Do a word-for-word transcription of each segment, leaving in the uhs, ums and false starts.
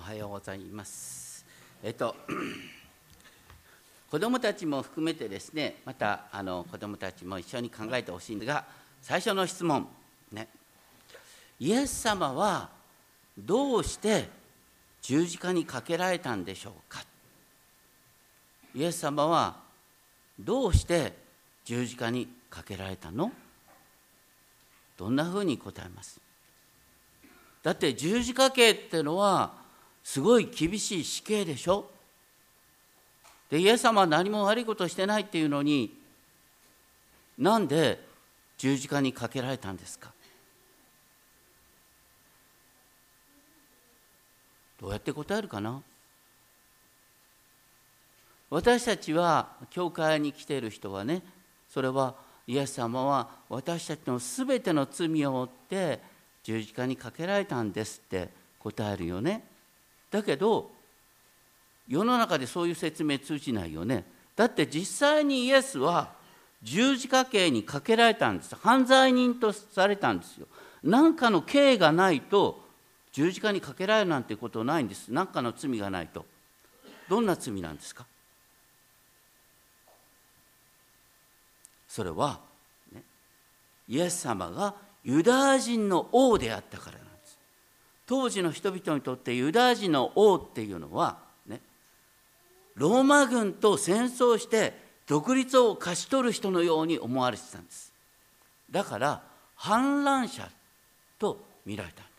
はようございます。えっと子どもたちも含めてですね、またあの子どもたちも一緒に考えてほしいんですが、最初の質問、ね、イエス様はどうして十字架にかけられたんでしょうか。イエス様はどうして十字架にかけられたの？どんなふうに答えます？だって十字架刑っていうのはすごい厳しい死刑でしょ。でイエス様は何も悪いことしてないっていうのに、なんで十字架にかけられたんですか？どうやって答えるかな。私たちは教会に来ている人はね、それはイエス様は私たちのすべての罪を負って十字架にかけられたんですって答えるよね。だけど世の中でそういう説明通じないよね。だって実際にイエスは十字架刑にかけられたんです。犯罪人とされたんですよ。何かの刑がないと十字架にかけられるなんてことないんです。何かの罪がないと。どんな罪なんですか？それは、ね、イエス様がユダヤ人の王であったからなんです。当時の人々にとってユダヤ人の王っていうのは、ね、ローマ軍と戦争して独立を勝ち取る人のように思われてたんです。だから反乱者と見られたんです。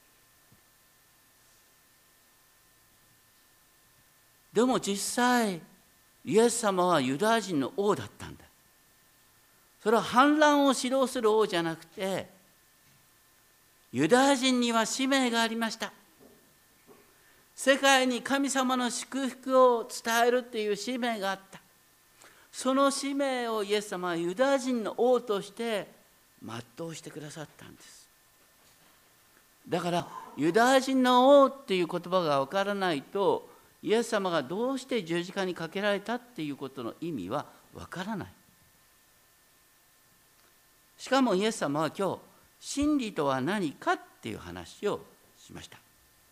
でも実際イエス様はユダヤ人の王だったんだ。それは反乱を指導する王じゃなくて、ユダヤ人には使命がありました。世界に神様の祝福を伝えるっていう使命があった。その使命をイエス様はユダヤ人の王として全うしてくださったんです。だからユダヤ人の王っていう言葉が分からないと、イエス様がどうして十字架にかけられたっていうことの意味は分からない。しかもイエス様は今日、真理とは何かっていう話をしました。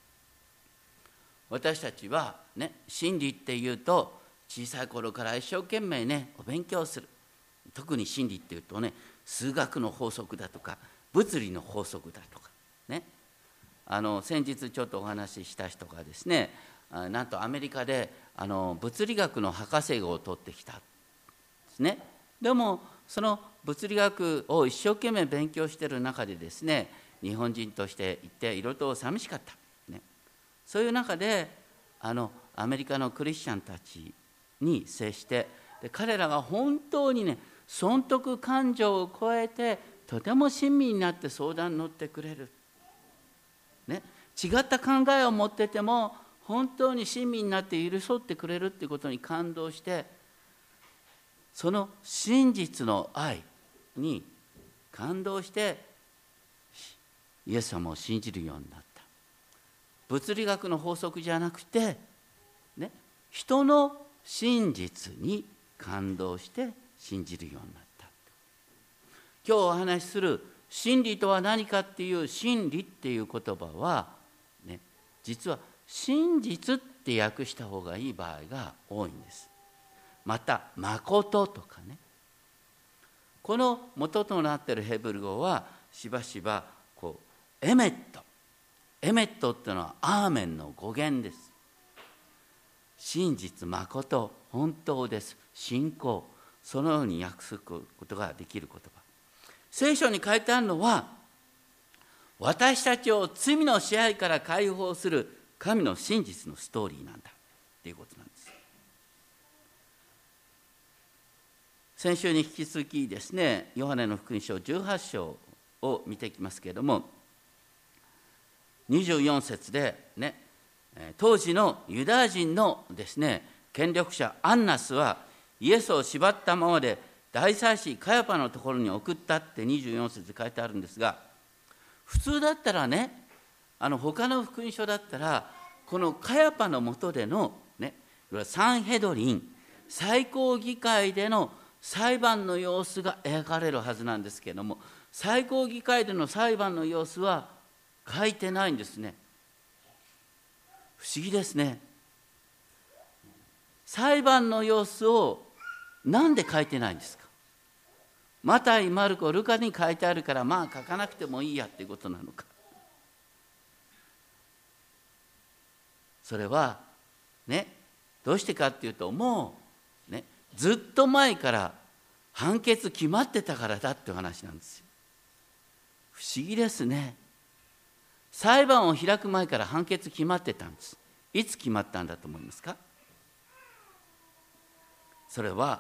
私たちはね、真理っていうと小さい頃から一生懸命ねお勉強する。特に真理っていうとね、数学の法則だとか物理の法則だとかね、あの先日ちょっとお話しした人がですね、なんとアメリカであの物理学の博士号を取ってきたんですね。でもその物理学を一生懸命勉強している中でですね、日本人としていていろいろと寂しかった、ね、そういう中であのアメリカのクリスチャンたちに接して、で彼らが本当にね損得感情を超えてとても親身になって相談に乗ってくれる、ね、違った考えを持ってても本当に親身になって寄り添ってくれるっていうことに感動して、その真実の愛に感動してイエス様を信じるようになった。物理学の法則じゃなくて、ね、人の真実に感動して信じるようになった。今日お話しする真理とは何かっていう真理っていう言葉は、ね、実は真実って訳した方がいい場合が多いんです。また誠とかね、この元となっているヘブル語はしばしばこうエメットエメットっていうのはアーメンの語源です。真実、誠、本当です、信仰、そのように訳すことができる言葉。聖書に書いてあるのは、私たちを罪の支配から解放する神の真実のストーリーなんだっていうことなんです。先週に引き続きですね、ヨハネの福音書じゅうはち章を見ていきますけれども、にじゅうよん節でね、当時のユダヤ人のですね権力者アンナスはイエスを縛ったままで大祭司カヤパのところに送ったってにじゅうよん節で書いてあるんですが、普通だったらね、あの他の福音書だったらこのカヤパの下でのね、サンヘドリン最高議会での裁判の様子が描かれるはずなんですけれども、最高議会での裁判の様子は書いてないんですね。 不思議ですね。裁判の様子をなんで書いてないんですか。マタイ、マルコ、ルカに書いてあるから、まあ書かなくてもいいやっていうことなのか。それはね、どうしてかっていうと、もうね、ずっと前から判決決まってたからだっていう話なんですよ。不思議ですね。裁判を開く前から判決決まってたんです。いつ決まったんだと思いますか。それは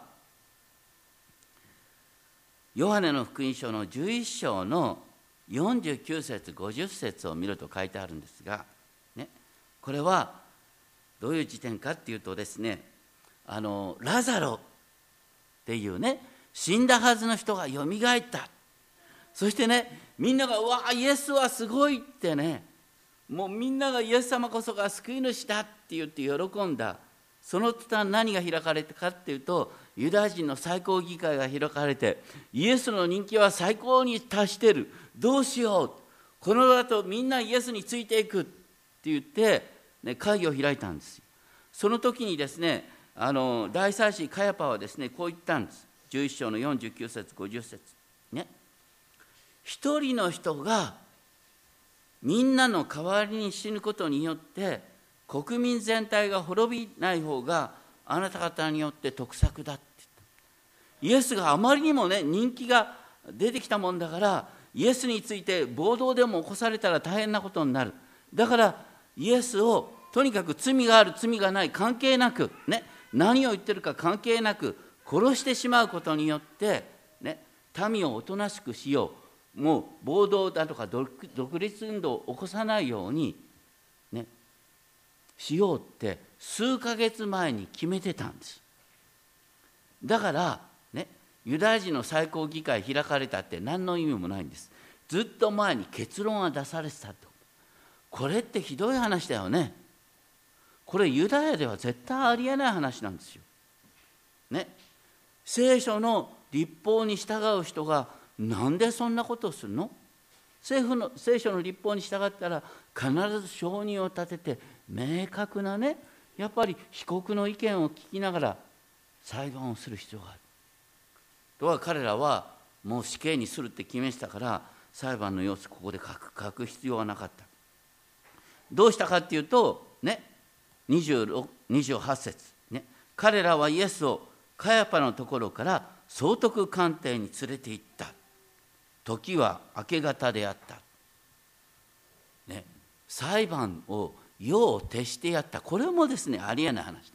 ヨハネの福音書のじゅういっ章のよんじゅうきゅう節ごじゅう節を見ると書いてあるんですが、ね、これはどういう時点かっていうとですね、あのラザロっていうね、死んだはずの人がよみがえった。そしてね、みんながうわイエスはすごいってね、もうみんながイエス様こそが救い主だって言って喜んだ。その途端何が開かれたかっていうと、ユダヤ人の最高議会が開かれて、イエスの人気は最高に達してる、どうしよう、この後みんなイエスについていくって言って、ね、会議を開いたんですよ。その時にですね、あの大祭司カヤパはですね、こう言ったんです。じゅういっ章のよんじゅうきゅう節ごじゅう節ね、一人の人がみんなの代わりに死ぬことによって国民全体が滅びない方があなた方によって得策だって言った。イエスがあまりにもね、人気が出てきたもんだから、イエスについて暴動でも起こされたら大変なことになる。だからイエスをとにかく罪がある罪がない関係なくね、何を言ってるか関係なく殺してしまうことによってね、民をおとなしくしよう、もう暴動だとか独立運動を起こさないようにねしようって数ヶ月前に決めてたんです。だからね、ユダヤ人の最高議会開かれたって何の意味もないんです。ずっと前に結論が出されてたと。これってひどい話だよね。これユダヤでは絶対ありえない話なんですよ。ね、聖書の律法に従う人がなんでそんなことをするの？政府の聖書の律法に従ったら必ず証人を立てて明確なね、やっぱり被告の意見を聞きながら裁判をする必要がある。とは彼らはもう死刑にするって決めてたから裁判の様子ここで書く書く必要はなかった。どうしたかっていうとね、にじゅうろく、にじゅうはち節ね、彼らはイエスをカヤパのところから総督官邸に連れて行った。時は明け方であった。ね、裁判を夜を徹してやった。これもですね、ありえない話なんです。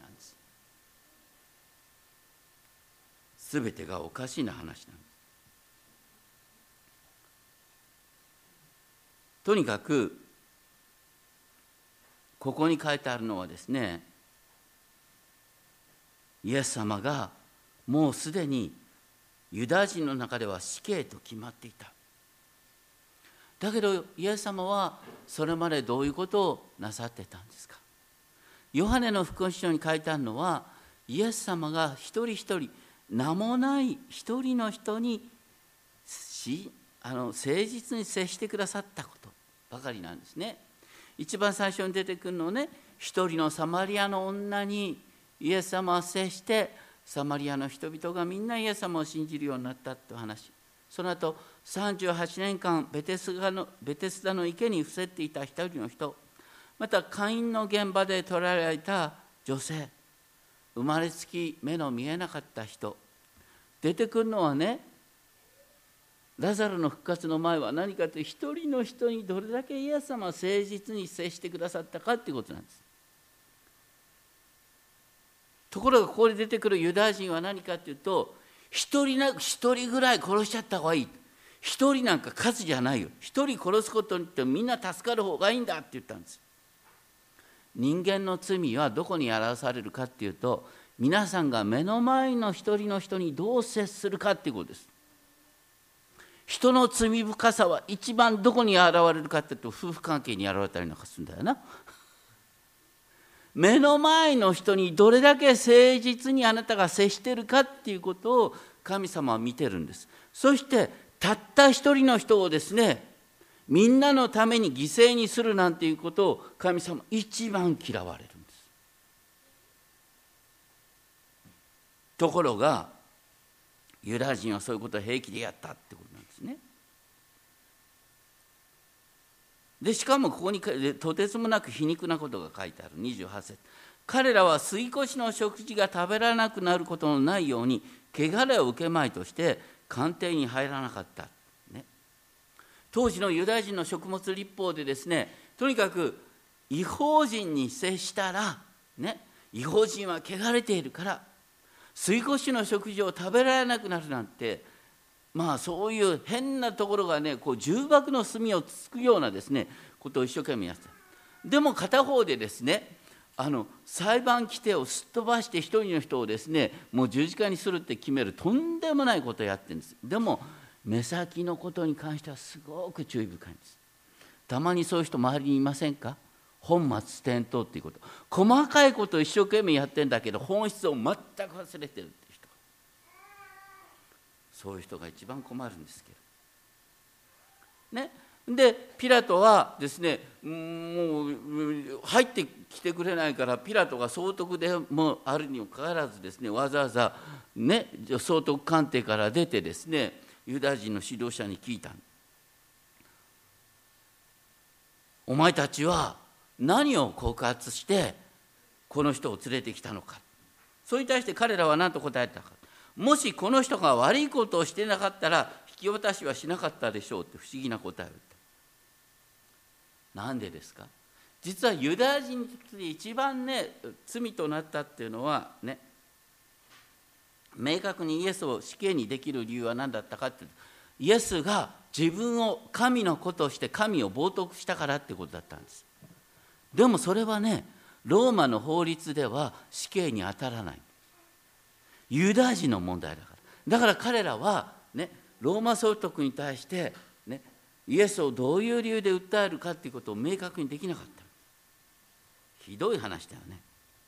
すべてがおかしな話なんです。とにかくここに書いてあるのはですね、イエス様がもうすでにユダヤ人の中では死刑と決まっていた。だけどイエス様はそれまでどういうことをなさってたんですか。ヨハネの福音書に書いてあるのは、イエス様が一人一人名もない一人の人にしあの誠実に接してくださったことばかりなんですね。一番最初に出てくるのはね、一人のサマリアの女にイエス様は接して、サマリアの人々がみんなイエス様を信じるようになったという話。その後さんじゅうはちねんかんベテスダのベテスダの池に伏せっていた一人の人、またカインの現場で捕らえられた女性、生まれつき目の見えなかった人、出てくるのはね、ラザロの復活の前は何かというと、一人の人にどれだけイエス様は誠実に接してくださったかということなんです。ところがここで出てくるユダヤ人は何かというと、一人な一人ぐらい殺しちゃった方がいい、一人なんか数じゃないよ、一人殺すことによってみんな助かる方がいいんだって言ったんです。人間の罪はどこに表されるかっていうと、皆さんが目の前の一人の人にどう接するかっていうことです。人の罪深さは一番どこに現れるかっていうと、夫婦関係に現れたりなんかするんだよな。目の前の人にどれだけ誠実にあなたが接しているかっていうことを神様は見てるんです。そしてたった一人の人をですね、 みんなのために犠牲にするなんていうことを神様一番嫌われるんです。ところがユダヤ人はそういうことを平気でやったってことなんですね。でしかもここにとてつもなく皮肉なことが書いてあるにじゅうはち節。彼らは過ごしの食事が食べられなくなることのないように汚れを受けまいとして官邸に入らなかった、ね、当時のユダヤ人の食物立法でですね、とにかく異邦人に接したら、ね、異邦人は汚れているから過ごしの食事を食べられなくなるなんて、まあそういう変なところがね、こう重箱の隅をつくようなですねことを一生懸命やってた。でも片方でですね、あの裁判規定をすっ飛ばして一人の人をですねもう十字架にするって決めるとんでもないことをやってるんです。でも目先のことに関してはすごく注意深いんです。たまにそういう人周りにいませんか？本末転倒っていうこと、細かいことを一生懸命やってるんだけど本質を全く忘れてるっていう人、そういう人が一番困るんですけどね。でピラトはですね、もう入ってきてくれないから、ピラトが総督でもあるにもかかわらずですね、わざわざね総督官邸から出てですねユダヤ人の指導者に聞いた。お前たちは何を告発してこの人を連れてきたのか。それに対して彼らは何と答えたか。もしこの人が悪いことをしてなかったら引き渡しはしなかったでしょうって不思議な答えを言った。なんでですか？実はユダヤ人にとって一番ね罪となったっていうのはね、明確にイエスを死刑にできる理由は何だったかっていうと、イエスが自分を神の子として神を冒涜したからってことだったんです。でもそれはねローマの法律では死刑に当たらない、ユダヤ人の問題だから。だから彼らはねローマ総督に対してねイエスをどういう理由で訴えるかっていうことを明確にできなかった。ひどい話だよね。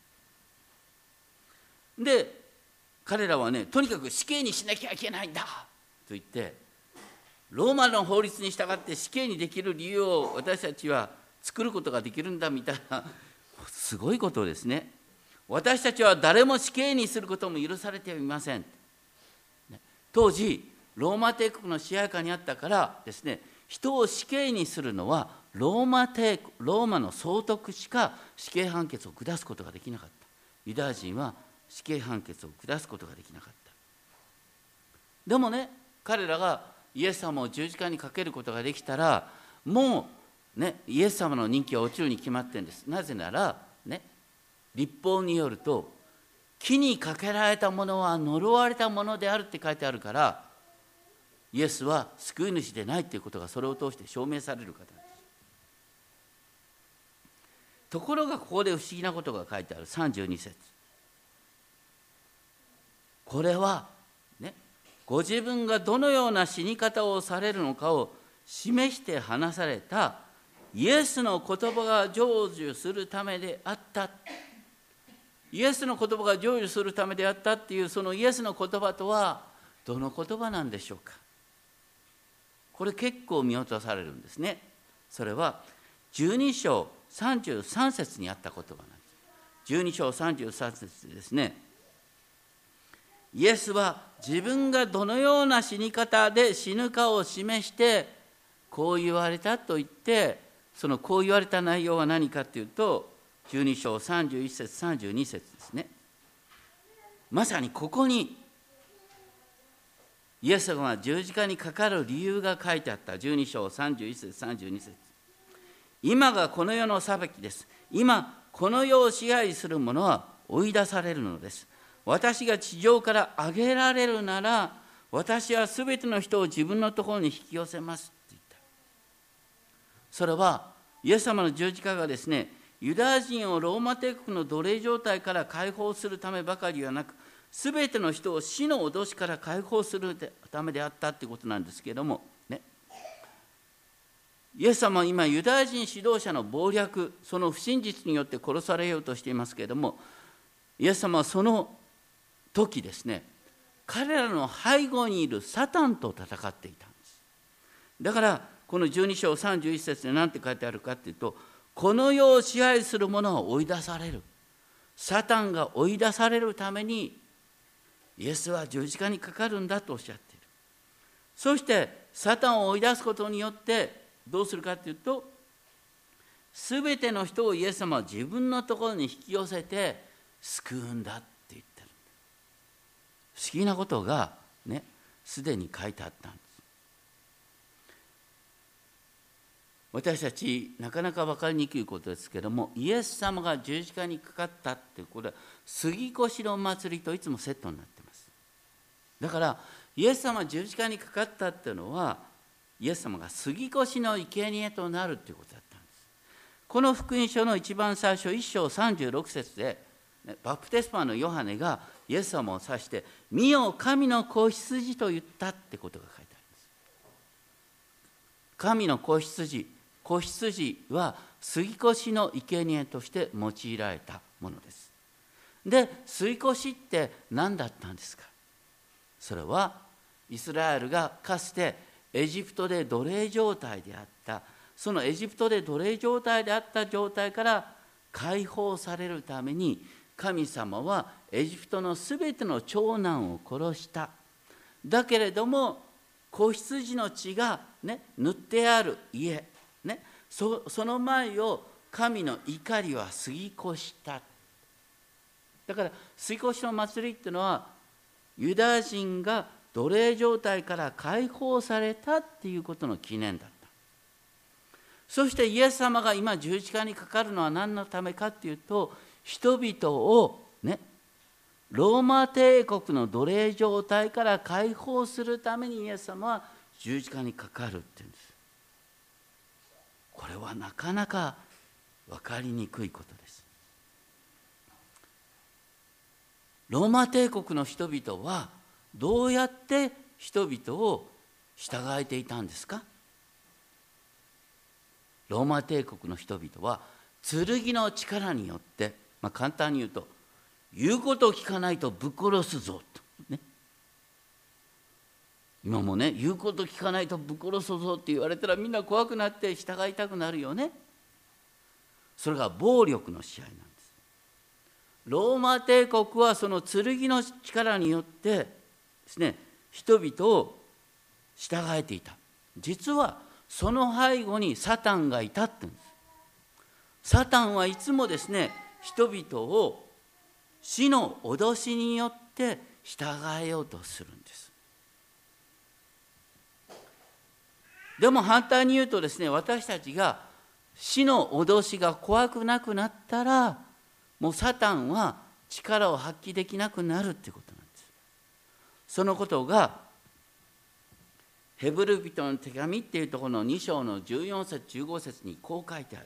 で彼らはねとにかく死刑にしなきゃいけないんだと言って、ローマの法律に従って死刑にできる理由を私たちは作ることができるんだみたいなすごいことをですね、私たちは誰も死刑にすることも許されていません。当時ローマ帝国の支配下にあったからですね、人を死刑にするのはローマ帝国、ローマの総督しか死刑判決を下すことができなかった。ユダヤ人は死刑判決を下すことができなかった。でもね彼らがイエス様を十字架にかけることができたら、もうねイエス様の人気は落ちるに決まってるんです。なぜならね律法によると木にかけられたものは呪われたものであるって書いてあるから、イエスは救い主でないということがそれを通して証明される方です。ところがここで不思議なことが書いてあるさんじゅうに節。これはねご自分がどのような死に方をされるのかを示して話されたイエスの言葉が成就するためであった。イエスの言葉が成就するためであったっていうそのイエスの言葉とはどの言葉なんでしょうか。これ結構見落とされるんですね。それはじゅうに章さんじゅうさん節にあった言葉なんです。じゅうに章さんじゅうさん節ですね。イエスは自分がどのような死に方で死ぬかを示してこう言われたと言って、そのこう言われた内容は何かというとじゅうに章さんじゅういち節さんじゅうに節ですね。まさにここにイエス様が十字架にかかる理由が書いてあった。じゅうに章さんじゅういち節さんじゅうに節。今がこの世の裁きです。今この世を支配する者は追い出されるのです。私が地上から上げられるなら私はすべての人を自分のところに引き寄せますって言った。それはイエス様の十字架がですね、ユダヤ人をローマ帝国の奴隷状態から解放するためばかりではなく、すべての人を死の脅しから解放するためであったということなんですけれども、ね、イエス様は今ユダヤ人指導者の謀略、その不真実によって殺されようとしていますけれども、イエス様はその時ですね、彼らの背後にいるサタンと戦っていたんです。だからこのじゅうに章さんじゅういち節で何て書いてあるかっていうと、この世を支配する者は追い出される。サタンが追い出されるためにイエスは十字架にかかるんだとおっしゃっている。そしてサタンを追い出すことによってどうするかというと、すべての人をイエス様は自分のところに引き寄せて救うんだって言ってる。不思議なことがね、すでに書いてあったんです。私たちなかなか分かりにくいことですけれども、イエス様が十字架にかかったって、これは杉越の祭りといつもセットになっています。だからイエス様が十字架にかかったっていうのは、イエス様が杉越の生贄となるということだったんです。この福音書の一番最初いっ章さんじゅうろく節で、バプテスマのヨハネがイエス様を指して「見よ神の子羊」と言ったってことが書いてあります。神の子羊、子羊は杉越の生贄として用いられたものです。で、杉越って何だったんですか。それはイスラエルがかつてエジプトで奴隷状態であった、そのエジプトで奴隷状態であった状態から解放されるために、神様はエジプトのすべての長男を殺した。だけれども子羊の血が、ね、塗ってある家、ね、そ, その前を神の怒りは過ぎ越した。だから過ぎ越しの祭りっていうのは、ユダヤ人が奴隷状態から解放されたっていうことの記念だった。そしてイエス様が今十字架にかかるのは何のためかっていうと、人々をね、ローマ帝国の奴隷状態から解放するためにイエス様は十字架にかかるっていうんです。これはなかなか分かりにくいことです。ローマ帝国の人々はどうやって人々を従えていたんですか。ローマ帝国の人々は剣の力によって、まあ、簡単に言うと、言うことを聞かないとぶっ殺すぞと、ね、今もね、言うこと聞かないとぶっ殺すぞって言われたらみんな怖くなって従いたくなるよね。それが暴力の支配なんです。ローマ帝国はその剣の力によってですね、人々を従えていた。実はその背後にサタンがいたって言うんです。サタンはいつもですね、人々を死の脅しによって従えようとするんです。でも反対に言うとですね、私たちが死の脅しが怖くなくなったら、もうサタンは力を発揮できなくなるっていうことなんです。そのことがヘブル人の手紙っていうところのに章のじゅうよん節じゅうご節にこう書いてある。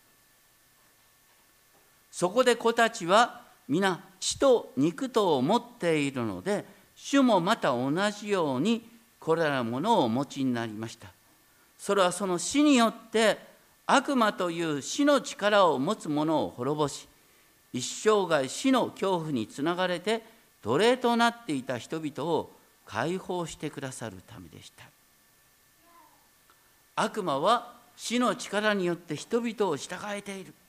そこで子たちは皆血と肉とを持っているので、主もまた同じようにこれらのものをお持ちになりました。それはその死によって悪魔という死の力を持つ者を滅ぼし、一生涯死の恐怖につながれて奴隷となっていた人々を解放してくださるためでした。悪魔は死の力によって人々を従えている。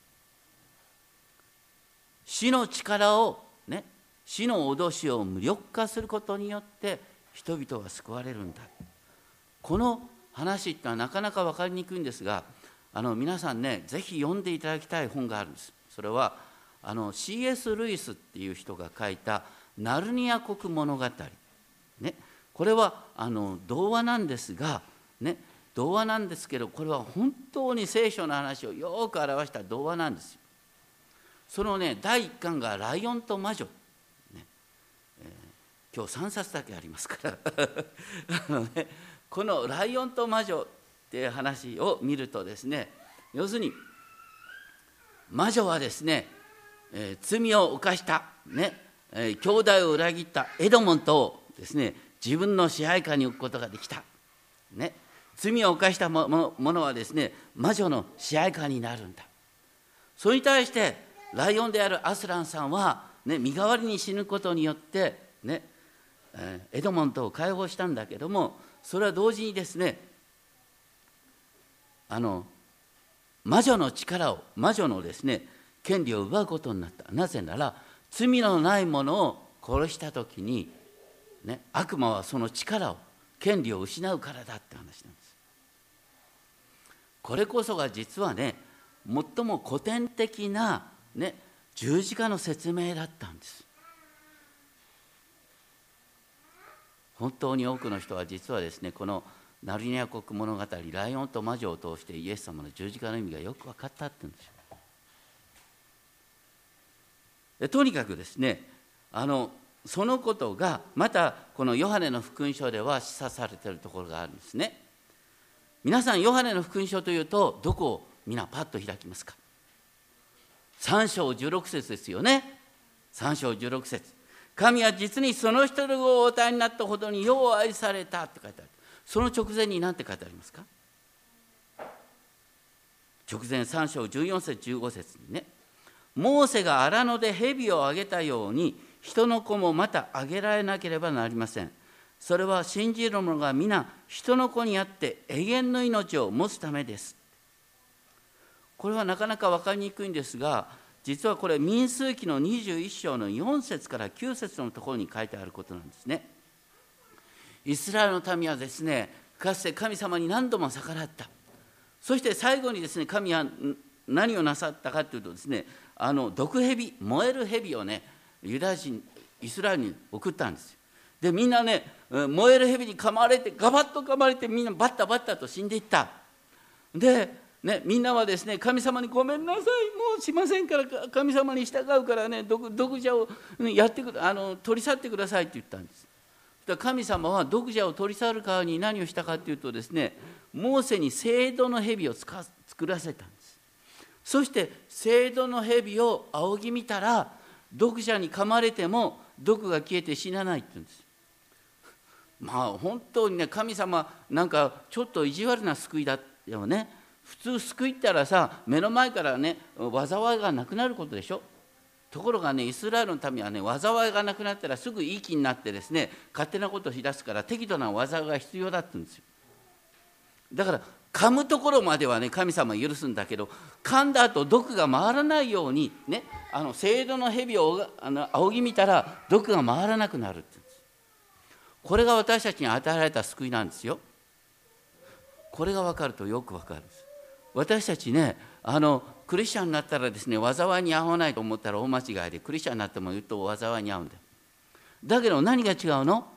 死の力をね、死の脅しを無力化することによって人々が救われるんだ。この話ってのはなかなか分かりにくいんですが、あの皆さんね、ぜひ読んでいただきたい本があるんです。それはあの シーエス ルイスっていう人が書いたナルニア国物語、ね、これはあの童話なんですが、ね、童話なんですけど、これは本当に聖書の話をよく表した童話なんですよ。そのね、だいいっかんがライオンと魔女、ねえー、今日さんさつだけありますからあの、ね、このライオンと魔女っていう話を見るとですね、要するに魔女はですね、えー、罪を犯した、ねえー、兄弟を裏切ったエドモントをですね、自分の支配下に置くことができた、ね、罪を犯した者はですね、魔女の支配下になるんだ。それに対してライオンであるアスランさんは、ね、身代わりに死ぬことによって、ねえー、エドモントを解放したんだけども、それは同時にですね、 あの魔女の力を魔女のですね権利を奪うことになった。なぜなら罪のないものを殺したときに、ね、悪魔はその力を権利を失うからだって話なんです。これこそが実はね最も古典的な、ね、十字架の説明だったんです。本当に多くの人は実はですねこのナルニア国物語ライオンと魔女を通してイエス様の十字架の意味がよく分かったって言うんですよ。でとにかくですねあのそのことがまたこのヨハネの福音書では示唆されているところがあるんですね。皆さんヨハネの福音書というとどこをみんなパッと開きますか？さん章じゅうろく節ですよね。さん章じゅうろく節、神は実にその一人をお与えになったほどによう愛されたって書いてある。その直前に何て書いてありますか？直前さん章じゅうよん節じゅうご節にね、モーセが荒野で蛇をあげたように人の子もまたあげられなければなりません。それは信じる者が皆人の子にあって永遠の命を持つためです。これはなかなか分かりにくいんですが、実はこれ民数記のにじゅういち章のよん節からきゅう節のところに書いてあることなんですね。イスラエルの民はですねかつて神様に何度も逆らった。そして最後にですね神は何をなさったかというとですねあの毒蛇、燃える蛇をねユダヤ人イスラエルに送ったんですよ。でみんなね燃える蛇に噛まれてガバッと噛まれてみんなバッタバッタと死んでいった。で、ね、みんなはですね神様にごめんなさいもうしませんから神様に従うからね 毒, 毒蛇をやってくあの取り去ってくださいって言ったんです。神様は毒蛇を取り去る代わりに何をしたかというとですねモーセに青銅の蛇を作らせたんです。そして青銅の蛇を仰ぎ見たら毒蛇に噛まれても毒が消えて死なないって言うんです。まあ本当にね神様なんかちょっと意地悪な救いだよね。普通救いったらさ目の前からね災いがなくなることでしょ。ところがねイスラエルの民はね災いがなくなったらすぐいい気になってですね勝手なことをしだすから適度な災いが必要だって言うんですよ。だから噛むところまではね神様は許すんだけど噛んだ後毒が回らないようにねあの青銅の蛇をあの仰ぎ見たら毒が回らなくなるって言うんです。これが私たちに与えられた救いなんですよ。これが分かるとよく分かるんです。私たちねあのクリスチャンになったらですね災いに遭わないと思ったら大間違いでクリスチャンになっても言うと災いに遭うんだよ。だけど何が違うの？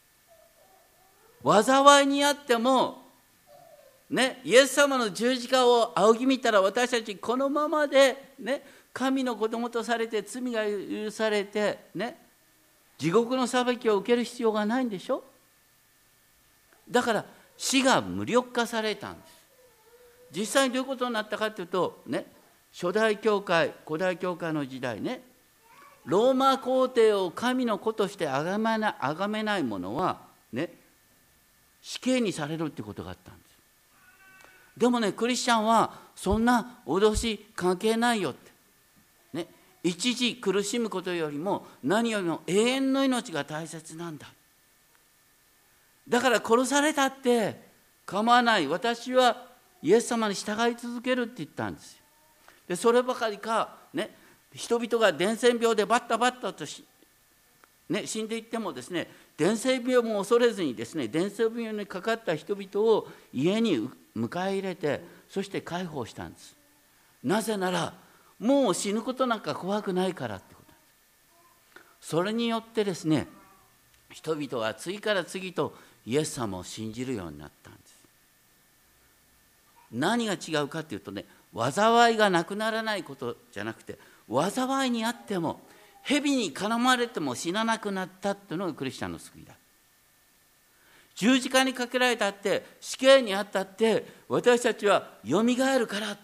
災いに遭ってもね、イエス様の十字架を仰ぎ見たら私たちこのままで、ね、神の子供とされて罪が許されて、ね、地獄の裁きを受ける必要がないんでしょ。だから死が無力化されたんです。実際にどういうことになったかというと、ね、初代教会古代教会の時代ねローマ皇帝を神の子として崇めな、崇めない者は、ね、死刑にされるってことがあったんです。でもねクリスチャンはそんな脅し関係ないよって、ね、一時苦しむことよりも何よりも永遠の命が大切なんだ。だから殺されたって構わない、私はイエス様に従い続けるって言ったんですよ。でそればかりか、ね、人々が伝染病でバッタバッタとし、ね、死んでいってもですね伝染病も恐れずにですね伝染病にかかった人々を家に迎え入れてそして解放したんです。なぜならもう死ぬことなんか怖くないからってことなんです。それによってですね人々は次から次とイエス様を信じるようになったんです。何が違うかというとね災いがなくならないことじゃなくて災いにあっても蛇に絡まれても死ななくなったというのがクリスチャンの救いだ。十字架にかけられたって死刑にあったって私たちはよみがえるから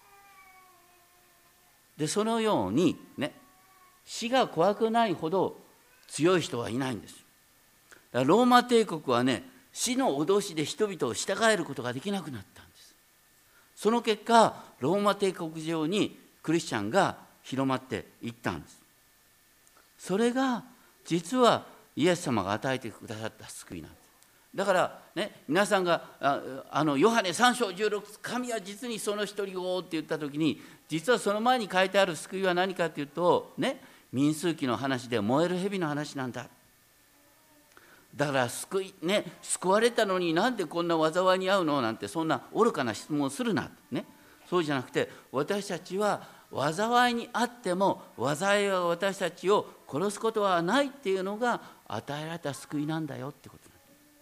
で、そのようにね死が怖くないほど強い人はいないんです。だからローマ帝国はね死の脅しで人々を従えることができなくなったんです。その結果ローマ帝国上にクリスチャンが広まっていったんです。それが実はイエス様が与えてくださった救いなんです。 だからね、皆さんがああのヨハネさん章じゅうろく、神は実にその一人をって言った時に、実はその前に書いてある救いは何かというとね、民数記の話で燃える蛇の話なんだ。だから救い、ね、救われたのになんでこんな災いに遭うのなんて、そんな愚かな質問をするな、ね、そうじゃなくて、私たちは災いにあっても災いは私たちを殺すことはないっていうのが与えられた救いなんだよってことなんです。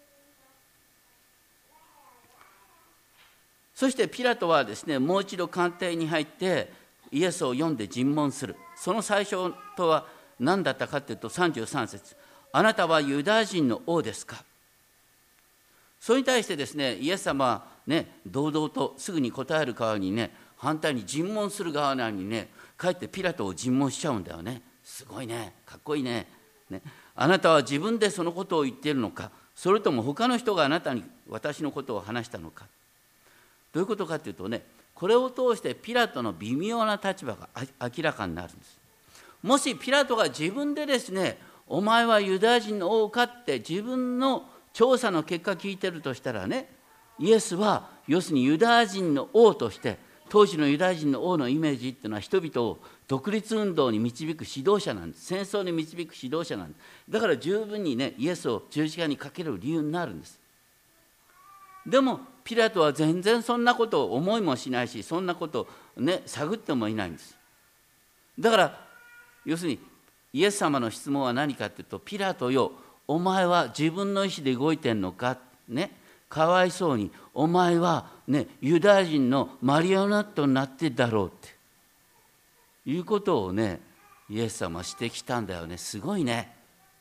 そしてピラトはですね、もう一度官邸に入ってイエスを読んで尋問する。その最初とは何だったかというとさんじゅうさん節、あなたはユダヤ人の王ですか。それに対してですね、イエス様はね、堂々とすぐに答える代わりにね、反対に尋問する側なのにね、かえってピラトを尋問しちゃうんだよね。すごいね、かっこいいね。ね、あなたは自分でそのことを言っているのか、それとも他の人があなたに私のことを話したのか。どういうことかというとね、これを通してピラトの微妙な立場が明らかになるんです。もしピラトが自分でですね、お前はユダヤ人の王かって自分の調査の結果聞いてるとしたらね、イエスは要するにユダヤ人の王として、当時のユダヤ人の王のイメージっていうのは人々を独立運動に導く指導者なんです。戦争に導く指導者なんです。だから十分にね、イエスを十字架にかける理由になるんです。でもピラトは全然そんなことを思いもしないし、そんなことをね、探ってもいないんです。だから要するにイエス様の質問は何かというと、ピラトよ、お前は自分の意思で動いてんのか、ね、かわいそうに、お前は、ね、ユダヤ人のマリオネットになってだろうっていうことをね、イエス様は指摘したんだよね。すごいね。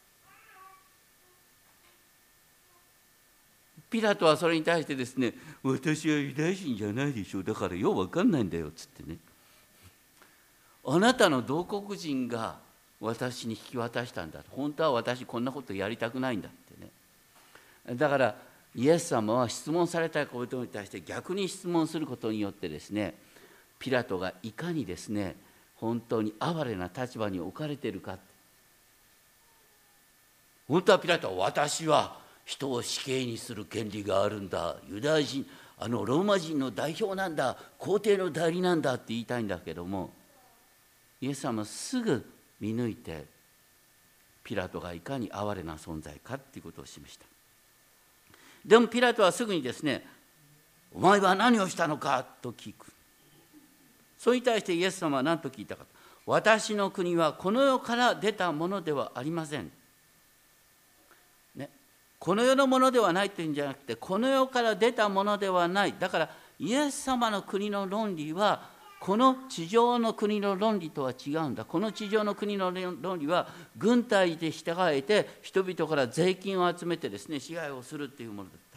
ピラトはそれに対してですね、私はユダヤ人じゃないでしょ、だからよう分かんないんだよっつってね、あなたの同国人が私に引き渡したんだ、本当は私こんなことやりたくないんだってね。だからイエス様は質問されたことに対して逆に質問することによってですね、ピラトがいかにですね、本当に哀れな立場に置かれているか。本当はピラトは、私は人を死刑にする権利があるんだ、ユダヤ人、あのローマ人の代表なんだ、皇帝の代理なんだって言いたいんだけども、イエス様はすぐ見抜いて、ピラトがいかに哀れな存在かっていうことを示した。でもピラトはすぐにですね、お前は何をしたのかと聞く。それに対してイエス様は何と聞いたか。私の国はこの世から出たものではありません。ね、この世のものではないというんじゃなくて、この世から出たものではない。だからイエス様の国の論理はこの地上の国の論理とは違うんだ。この地上の国の論理は軍隊で従えて人々から税金を集めてですね、支配をするっていうものだった。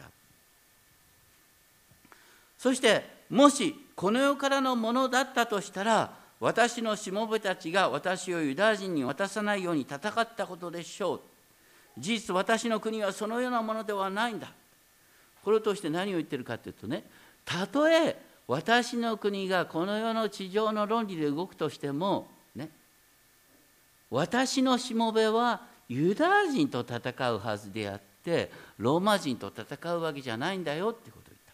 そしてもしこの世からのものだったとしたら、私のしもべたちが私をユダヤ人に渡さないように戦ったことでしょう。事実私の国はそのようなものではないんだ。これを通して何を言ってるかというとね、たとえ私の国がこの世の地上の論理で動くとしても、ね、私のしもべはユダヤ人と戦うはずであってローマ人と戦うわけじゃないんだよってことを言った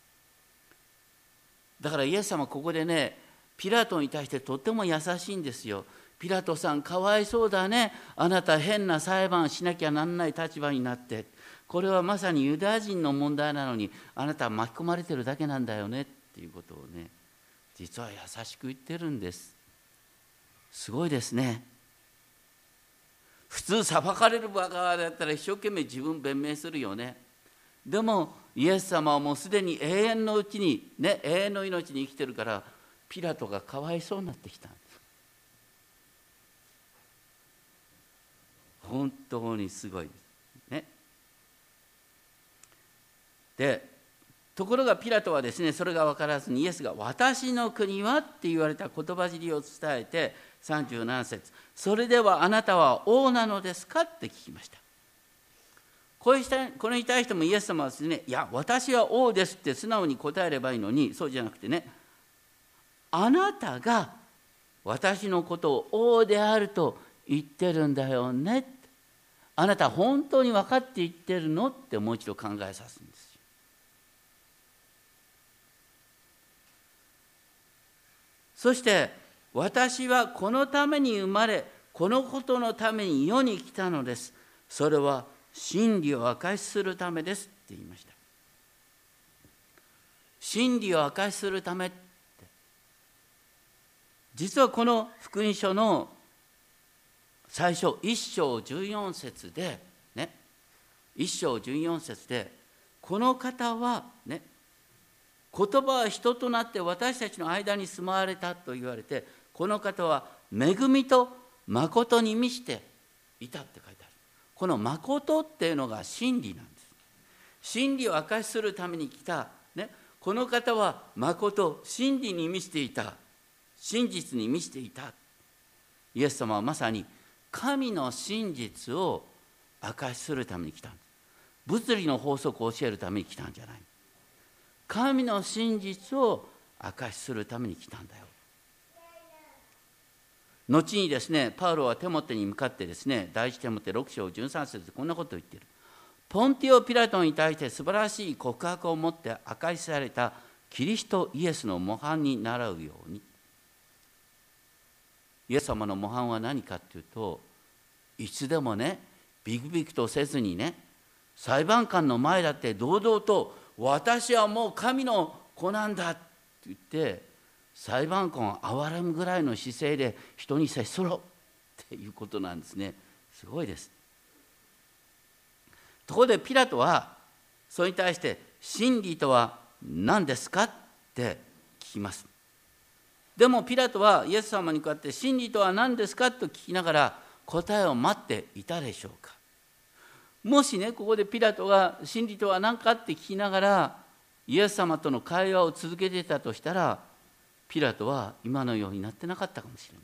。だからイエス様はここでね、ピラトに対してとても優しいんですよ。ピラトさんかわいそうだね、あなた変な裁判しなきゃなんない立場になって、これはまさにユダヤ人の問題なのにあなたは巻き込まれてるだけなんだよねっていうことをね、実は優しく言ってるんです。すごいですね。普通裁かれる側だったら一生懸命自分弁明するよね。でもイエス様はもうすでに永遠のうちにね、永遠の命に生きてるから、ピラトがかわいそうになってきたんです。本当にすごいですね。でところがピラトはですね、それが分からずにイエスが私の国はって言われた言葉尻を伝えて、さんじゅうなな節、それではあなたは王なのですかって聞きました。これに対してもイエス様はですね、いや私は王ですって素直に答えればいいのに、そうじゃなくてね、あなたが私のことを王であると言ってるんだよね。 あなた本当に分かって言ってるのってもう一度考えさすんですよ。そして私はこのために生まれ、このことのために世に来たのです。それは真理を明かしするためですって言いました。真理を明かしするためって、実はこの福音書の最初いっ章じゅうよん節でね、いっ章じゅうよん節で、この方はね、言葉は人となって私たちの間に住まわれたと言われて、この方は恵みと誠に満ちていたって書いてある。この誠っていうのが真理なんです。真理を明かしするために来た、ね、この方は誠、真理に満ちていた、真実に満ちていた。イエス様はまさに神の真実を明かしするために来たんです。物理の法則を教えるために来たんじゃない。神の真実を明かしするために来たんだよ。後にですね、パウロはテモテに向かってですね、第一テモテろく章じゅうさん節でこんなことを言っている。ポンティオ・ピラトに対して素晴らしい告白を持って明かしされたキリストイエスの模範に倣うように。イエス様の模範は何かっていうと、いつでもね、ビクビクとせずにね、裁判官の前だって堂々と私はもう神の子なんだって言って裁判官を憐れむぐらいの姿勢で人に接すろっていうことなんですね。すごいです。ところでピラトはそれに対して真理とは何ですかって聞きます。でもピラトはイエス様に向かって真理とは何ですかと聞きながら答えを待っていたでしょうか。もしね、ここでピラトが真理とは何かって聞きながらイエス様との会話を続けていたとしたら、ピラトは今のようになってなかったかもしれない。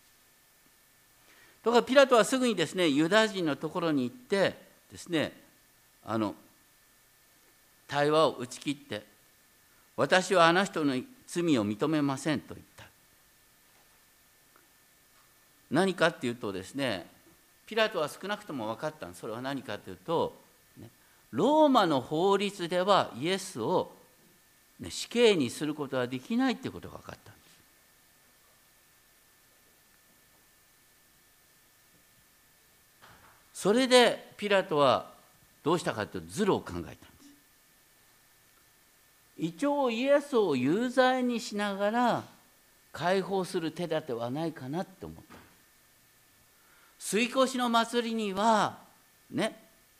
ところがピラトはすぐにですね、ユダヤ人のところに行ってですね、あの対話を打ち切って、私はあの人の罪を認めませんと言った。何かっていうとですね、ピラトは少なくとも分かったんです。それは何かというと、ね、ローマの法律ではイエスを、ね、死刑にすることはできないということが分かったんです。それでピラトはどうしたかというと、ズルを考えたんです。一応イエスを有罪にしながら解放する手立てはないかなって思った。杉越の祭りにはね、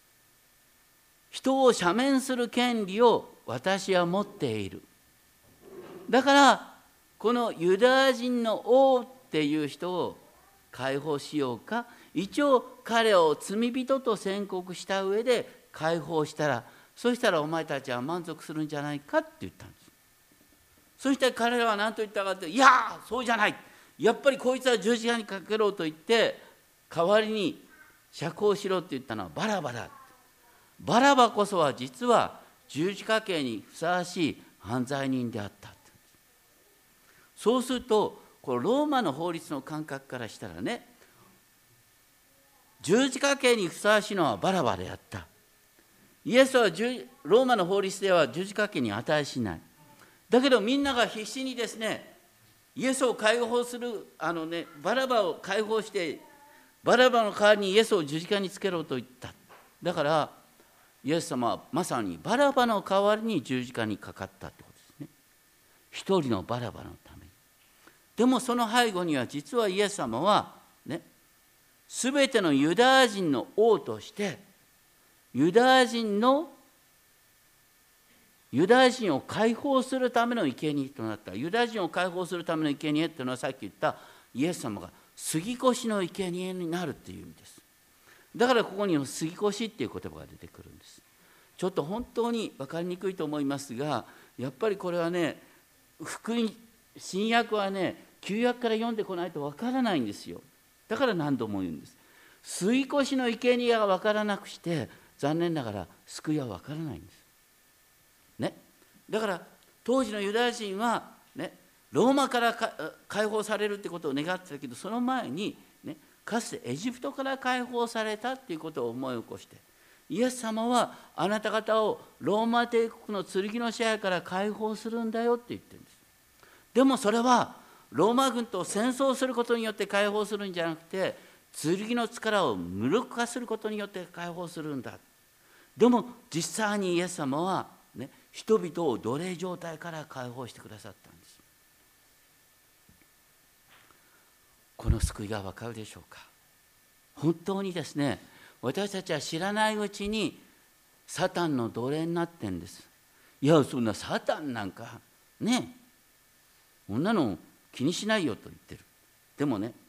人を赦免する権利を私は持っている。だからこのユダヤ人の王っていう人を解放しようか、一応彼を罪人と宣告した上で解放したら、そしたらお前たちは満足するんじゃないかって言ったんです。そして彼らは何と言ったかというと、いやそうじゃない、やっぱりこいつは十字架にかけろと言って代わりに釈放しろって言ったのはバラバだ。バラバこそは実は十字架刑にふさわしい犯罪人であった。そうするとこのローマの法律の感覚からしたらね、十字架刑にふさわしいのはバラバであった。イエスはローマの法律では十字架刑に値しない。だけどみんなが必死にですね、イエスを解放するあのね、バラバを解放してバラバの代わりにイエスを十字架につけろと言った。だからイエス様はまさにバラバの代わりに十字架にかかったってことですね。一人のバラバのために。でもその背後には実はイエス様はね、すべてのユダヤ人の王としてユダヤ人のユダヤ人を解放するための生贄となった。ユダヤ人を解放するための生贄というのはさっき言ったイエス様が杉越の生贄になるという意味です。だからここに杉越っていう言葉が出てくるんです。ちょっと本当に分かりにくいと思いますが、やっぱりこれはね、福音新約はね、旧約から読んでこないと分からないんですよ。だから何度も言うんです。杉越の生贄が分からなくして残念ながら救いは分からないんですね。だから当時のユダヤ人はね、ローマから解放されるってことを願ってたけど、その前に、ね、 かつてエジプトから解放されたっていうことを思い起こして、イエス様はあなた方をローマ帝国の剣の支配から解放するんだよって言ってるんです。でもそれはローマ軍と戦争することによって解放するんじゃなくて、剣の力を無力化することによって解放するんだ。でも実際にイエス様は、ね、人々を奴隷状態から解放してくださったんです。この救いがわかるでしょうか。本当にですね、私たちは知らないうちにサタンの奴隷になってんです。いや、そんなサタンなんかね、こんなの気にしないよと言ってる。でもね、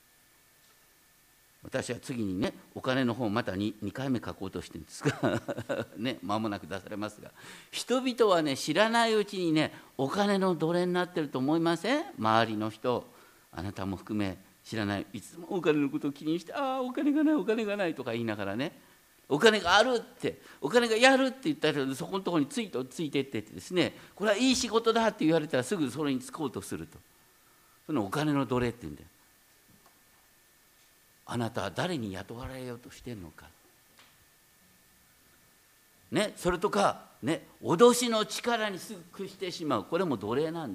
私は次にね、お金の方また 2, 2回目書こうとしてるんですがね、間もなく出されますが、人々はね、知らないうちにね、お金の奴隷になってると思いません？周りの人、あなたも含め知らない、いつもお金のことを気にして、ああお金がないお金がないとか言いながらね、お金があるって、お金がやるって言ったら、そこのところについとついてってってですね、これはいい仕事だって言われたらすぐそれに就こうとすると。そのお金の奴隷って言うんだよ。あなたは誰に雇われようとしてるのか、ね、それとか、ね、脅しの力にすぐ屈してしまう、これも奴隷なんです。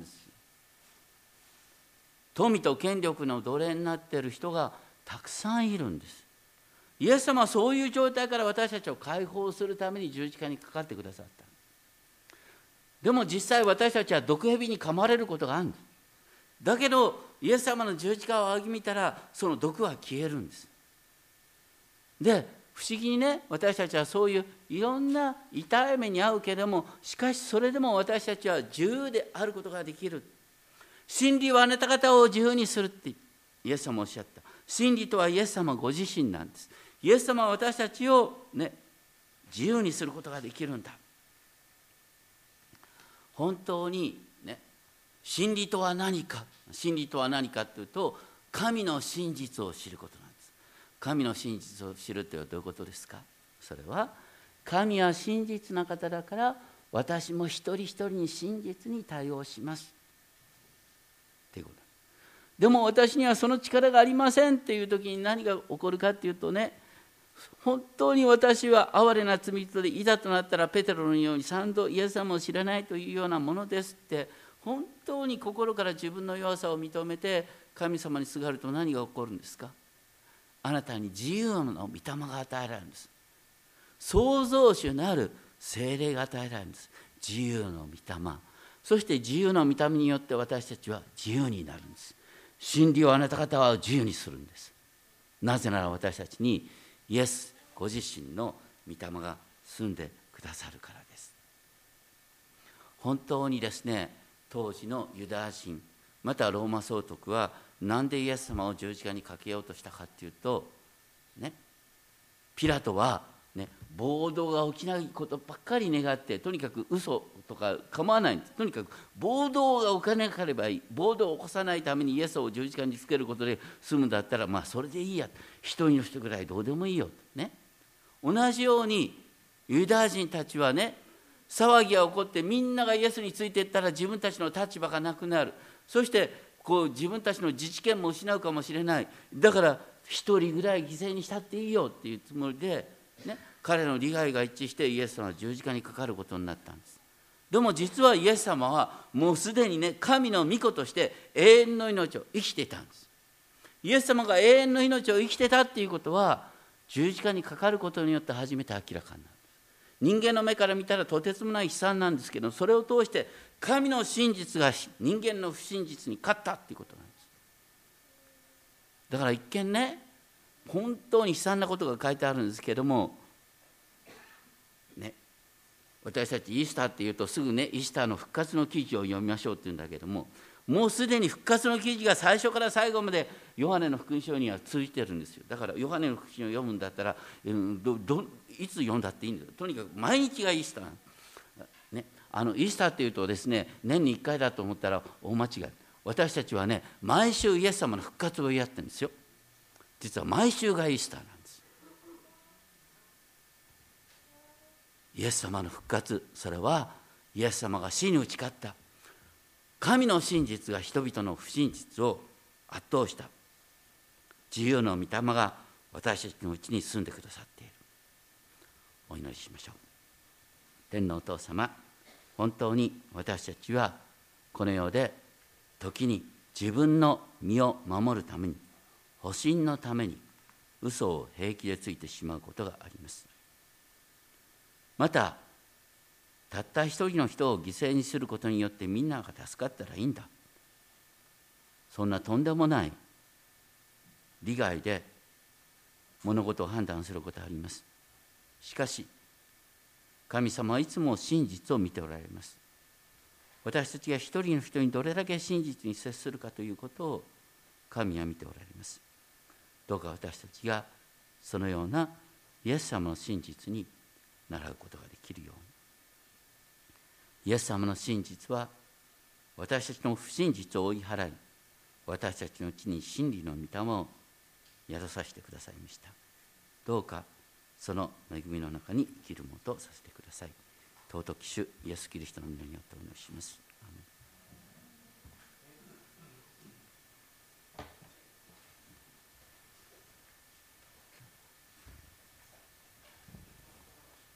富と権力の奴隷になっている人がたくさんいるんです。イエス様はそういう状態から私たちを解放するために十字架にかかってくださった。でも実際私たちは毒蛇に噛まれることがあるんです。だけどイエス様の十字架を仰ぎ見たら、その毒は消えるんです。で、不思議にね、私たちはそういういろんな痛い目に遭うけれども、しかしそれでも私たちは自由であることができる。真理はあなた方を自由にするってイエス様おっしゃった。真理とはイエス様ご自身なんです。イエス様は私たちをね、自由にすることができるんだ。本当にね、真理とは何か、真理とは何かというと、神の真実を知ることなんです。神の真実を知るというのはどういうことですか？それは、神は真実な方だから、私も一人一人に真実に対応しますということ。でも私にはその力がありませんっていう時に何が起こるかっていうとね、本当に私は哀れな罪人で、いざとなったらペテロのように三度イエス様を知らないというようなものですって、本当に心から自分の弱さを認めて神様にすがると何が起こるんですか？あなたに自由の御霊が与えられるんです。創造主なる聖霊が与えられるんです。自由の御霊。そして自由の御霊によって私たちは自由になるんです。真理をあなた方は自由にするんです。なぜなら私たちにイエスご自身の御霊が住んでくださるからです。本当にですね、当時のユダヤ人、またローマ総督はなんでイエス様を十字架にかけようとしたかっていうと、ね、ピラトは、ね、暴動が起きないことばっかり願って、とにかく嘘とか構わないんです。とにかく暴動が起きなければいい、暴動を起こさないためにイエスを十字架につけることで済むんだったら、まあそれでいいや、一人の人ぐらいどうでもいいよ、ね、同じようにユダヤ人たちはね、騒ぎが起こってみんながイエスについていったら自分たちの立場がなくなる。そしてこう自分たちの自治権も失うかもしれない。だから一人ぐらい犠牲にしたっていいよっていうつもりで、ね、彼の利害が一致してイエス様は十字架にかかることになったんです。でも実はイエス様はもうすでにね、神の御子として永遠の命を生きていたんです。イエス様が永遠の命を生きてたっていうことは、十字架にかかることによって初めて明らかになる。人間の目から見たらとてつもない悲惨なんですけど、それを通して神の真実が人間の不真実に勝ったっていうことなんです。だから一見ね、本当に悲惨なことが書いてあるんですけどもね、私たちイースターっていうとすぐね、イースターの復活の記事を読みましょうって言うんだけども、もうすでに復活の記事が最初から最後までヨハネの福音書には通じてるんですよ。だからヨハネの福音書を読むんだったら、どどいつ読んだっていいんですよ。とにかく毎日がイースター、ね、あのイースターっていうとですね、年にいっかいだと思ったら大間違い。私たちはね、毎週イエス様の復活をやってるんですよ。実は毎週がイースターなんです。イエス様の復活、それはイエス様が死に打ち勝った神の真実が人々の不真実を圧倒した。 自由の御霊が私たちのうちに住んでくださっている。お祈りしましょう。天のお父様、本当に私たちはこの世で時に自分の身を守るために、保身のために嘘を平気でついてしまうことがあります。また、たった一人の人を犠牲にすることによってみんなが助かったらいいんだ、そんなとんでもない利害で物事を判断することがあります。しかし神様はいつも真実を見ておられます。私たちが一人の人にどれだけ真実に接するかということを神は見ておられます。どうか私たちがそのようなイエス様の真実に習うことができるように。イエス様の真実は私たちの不真実を追い払い、私たちのうちに真理の御霊を宿させてくださいました。どうかその恵みの中に生きるものとさせてください。尊き主イエスキリストの皆によってお祈りします。